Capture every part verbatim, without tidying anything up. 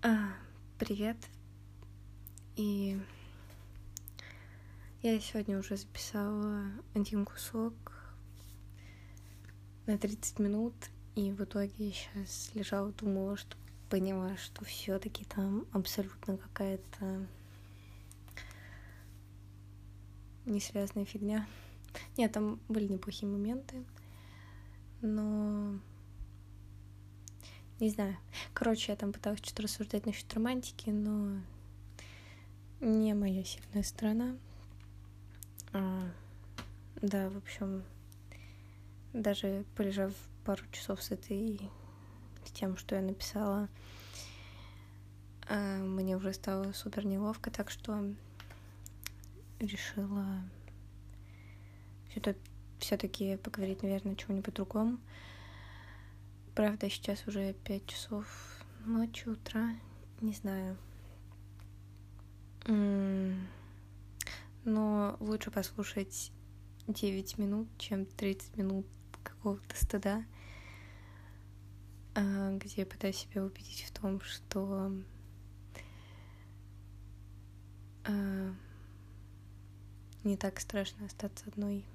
А, привет. И я сегодня уже записала один кусок на тридцать минут, и в итоге я сейчас лежала, думала, что поняла, что все-таки там абсолютно какая-то несвязная фигня. Нет, там были неплохие моменты, но не знаю. Короче, я там пыталась что-то рассуждать насчет романтики, но не моя сильная сторона. А, да, в общем, даже полежав пару часов с этой, с тем, что я написала, мне уже стало супер неловко, так что решила все-таки поговорить, наверное, о чем-нибудь другом. Правда, сейчас уже пять часов ночи, утра, не знаю. Но лучше послушать девять минут, чем тридцать минут какого-то стыда, где я пытаюсь себя убедить в том, что не так страшно остаться одной.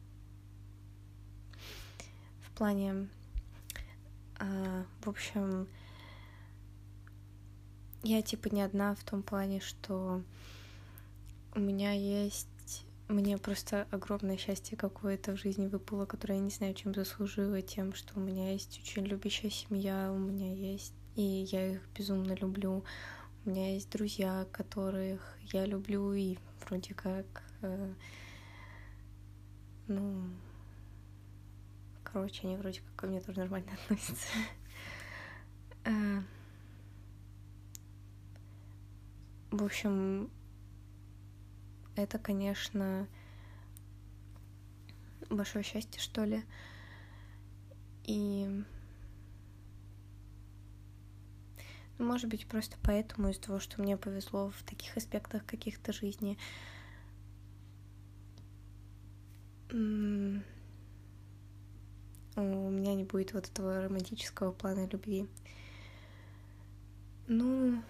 В плане, в общем, я типа не одна в том плане, что у меня есть, мне просто огромное счастье какое-то в жизни выпало, которое я не знаю, чем заслужила, тем, что у меня есть очень любящая семья, у меня есть, и я их безумно люблю, у меня есть друзья, которых я люблю, и вроде как, э, ну, короче, они вроде как ко мне тоже нормально относятся. В общем, это, конечно, большое счастье, что ли. И, ну, может быть, просто поэтому, из-за того, что мне повезло в таких аспектах каких-то жизни, у меня не будет вот этого романтического плана любви. Ну,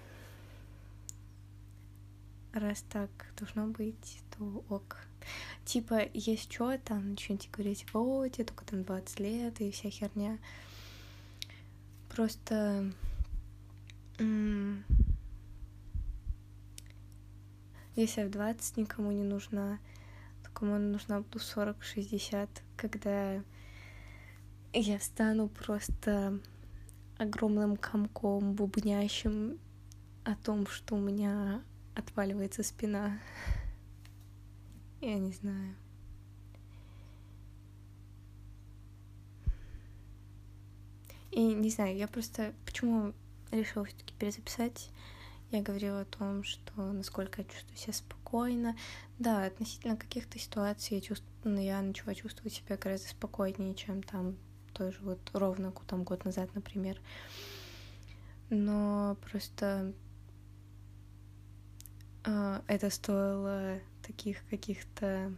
раз так должно быть, то ок. Типа, есть что там, начнете говорить, о, тебе только там двадцать лет и вся херня. Просто м- если я в двадцать никому не нужна, то кому нужна буду сорок-шестьдесят, когда я стану просто огромным комком, бубнящим о том, что у меня отваливается спина. Я не знаю. И не знаю, я просто... Почему решила все-таки перезаписать? Я говорила о том, что насколько я чувствую себя спокойно. Да, относительно каких-то ситуаций я, чувств... ну, я начала чувствовать себя гораздо спокойнее, чем там тоже вот ровно там, год назад, например. Но просто э, это стоило таких каких-то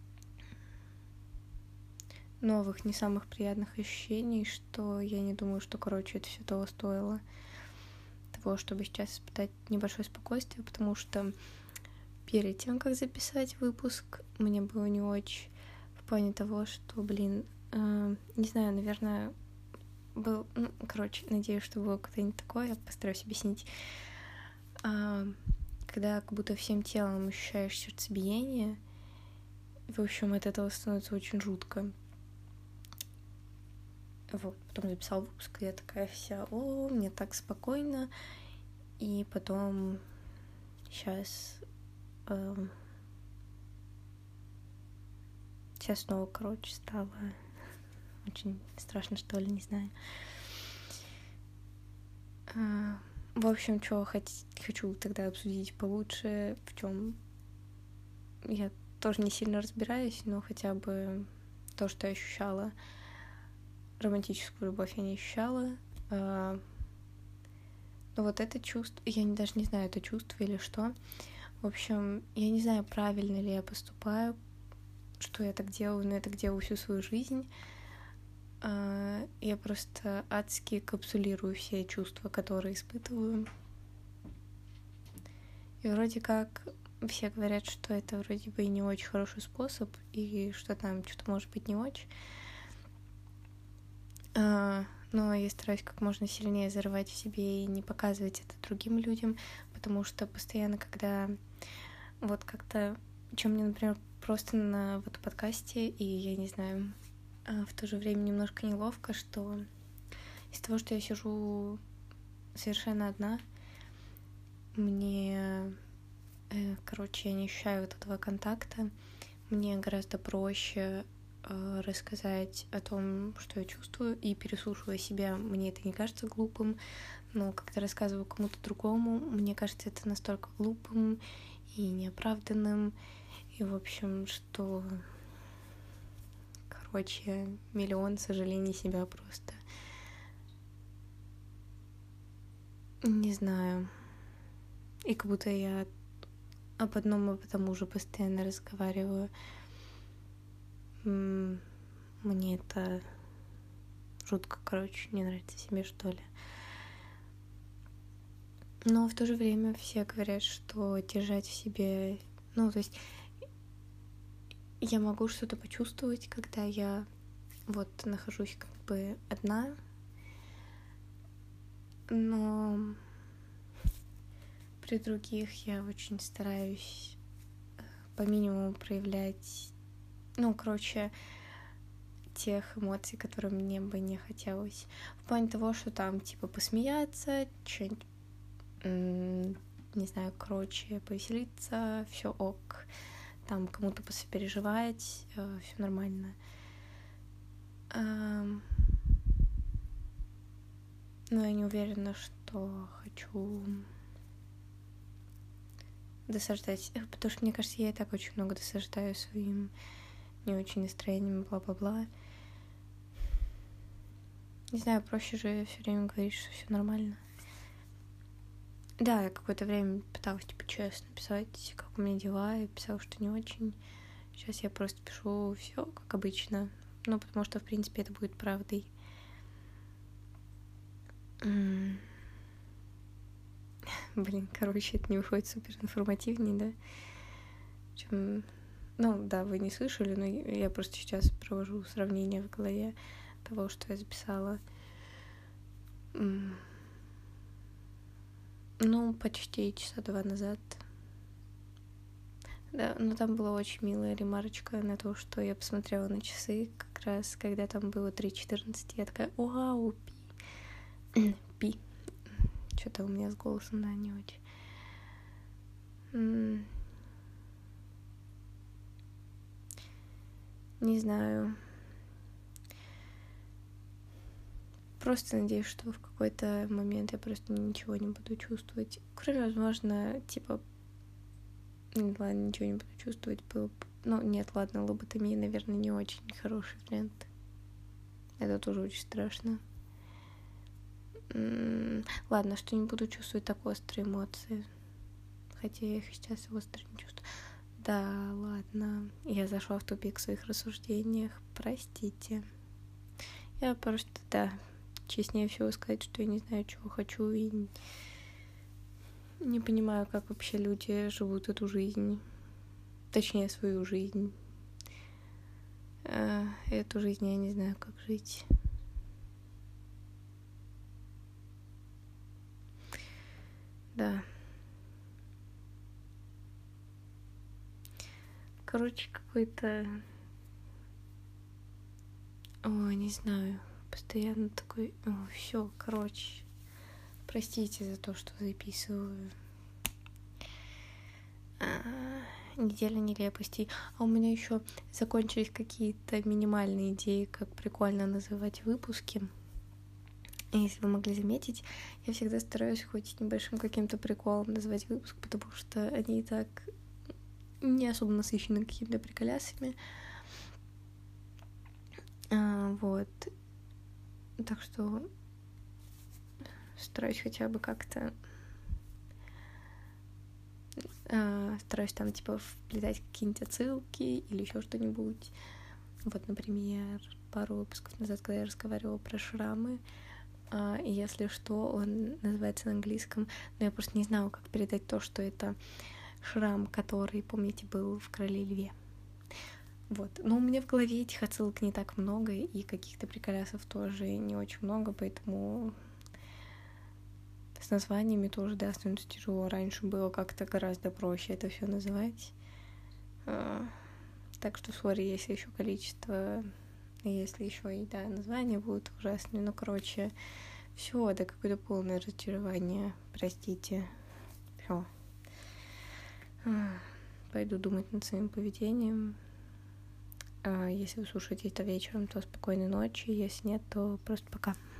новых, не самых приятных ощущений, что я не думаю, что, короче, это все того стоило. Того, чтобы сейчас испытать небольшое спокойствие, потому что перед тем, как записать выпуск, мне было не очень в плане того, что, блин, э, не знаю, наверное, был... Ну, короче, надеюсь, что было кто-нибудь такое, я постараюсь объяснить. Э, когда как будто всем телом ощущаешь сердцебиение, в общем, от этого становится очень жутко. Вот, потом записала выпуск, и я такая вся, о, мне так спокойно, и потом сейчас э, сейчас снова, короче, стало очень страшно, что ли, не знаю. Э, в общем, что хоть, хочу тогда обсудить получше, в чем я тоже не сильно разбираюсь, но хотя бы то, что я ощущала. Романтическую любовь я не ощущала. Но вот это чувство, я не, даже не знаю, это чувство или что. В общем, я не знаю, правильно ли я поступаю, что я так делаю, но я так делаю всю свою жизнь. Я просто адски капсулирую все чувства, которые испытываю. И вроде как все говорят, что это вроде бы и не очень хороший способ, и что там что-то может быть не очень. А, но я стараюсь как можно сильнее зарывать в себе и не показывать это другим людям, потому что постоянно, когда вот как-то, чем мне, например, просто на вот подкасте, и я не знаю, в то же время немножко неловко, что из-за того, что я сижу совершенно одна, мне, э, короче, я не ощущаю вот этого контакта, мне гораздо проще э, рассказать о том, что я чувствую, и переслушивая себя, мне это не кажется глупым, но когда рассказываю кому-то другому, мне кажется это настолько глупым и неоправданным, и, в общем, что, короче, миллион сожалений себя просто. Не знаю. И как будто я об одном и об этом уже постоянно разговариваю. Мне это жутко, короче, не нравится себе, что ли. Но в то же время все говорят, что держать в себе... Ну, то есть я могу что-то почувствовать, когда я вот нахожусь как бы одна, но при других я очень стараюсь по минимуму проявлять, ну, короче, тех эмоций, которые мне бы не хотелось. В плане того, что там, типа, посмеяться, что-нибудь, не знаю, короче, повеселиться, все ок. Там кому-то посопереживать, все нормально. Но я не уверена, что хочу досаждать, потому что, мне кажется, я и так очень много досаждаю своим не очень настроением, бла-бла-бла. Не знаю, проще же все время говорить, что все нормально. Да, я какое-то время пыталась, типа, честно писать, как у меня дела, и писала, что не очень. Сейчас я просто пишу все как обычно, ну, потому что, в принципе, это будет правдой. Блин, короче, это не выходит супер информативней, да? Чем... Ну, да, вы не слышали, но я просто сейчас провожу сравнение в голове того, что я записала. Ну, почти часа два назад. Да, но там была очень милая ремарочка на то, что я посмотрела на часы, как раз когда там было три четырнадцать, я такая: вау, пи. Пи. Что-то у меня с голосом, да, не очень. Не знаю. Просто надеюсь, что в какой-то момент я просто ничего не буду чувствовать. Кроме, возможно, типа... Ладно, ничего не буду чувствовать. Было... Ну, нет, ладно, лоботомия, наверное, не очень хороший вариант. Это тоже очень страшно. М-м- ладно, что не буду чувствовать так острые эмоции. Хотя я их сейчас остро не чувствую. Да, ладно. Я зашла в тупик в своих рассуждениях. Простите. Я просто, да, честнее всего сказать, что я не знаю, чего хочу, и не понимаю, как вообще люди живут эту жизнь. Точнее, свою жизнь. А эту жизнь я не знаю, как жить. Да. Короче, какой-то... Ой, не знаю. Постоянно такой... О, все, короче. Простите за то, что записываю. А, неделя нелепостей. А у меня еще закончились какие-то минимальные идеи, как прикольно называть выпуски. И если вы могли заметить, я всегда стараюсь хоть небольшим каким-то приколом назвать выпуск, потому что они и так не особо насыщены какими-то приколясами. А, вот. Так что стараюсь хотя бы как-то... А, стараюсь там, типа, вплетать какие-нибудь отсылки или еще что-нибудь. Вот, например, пару выпусков назад, когда я разговаривала про шрамы, а, и если что, он называется на английском, но я просто не знаю, как передать то, что это шрам, который, помните, был в «Короле Льве». Вот. Но у меня в голове этих отсылок не так много, и каких-то приколясов тоже не очень много, поэтому с названиями тоже, да, становится тяжело. Раньше было как-то гораздо проще это все называть. А, так что, сори, если еще количество, если еще и, да, названия будут ужасные. Ну, короче, все, это какое-то полное разочарование. Простите. Все. Пойду думать над своим поведением. А если вы слушаете это вечером, то спокойной ночи. Если нет, то просто пока.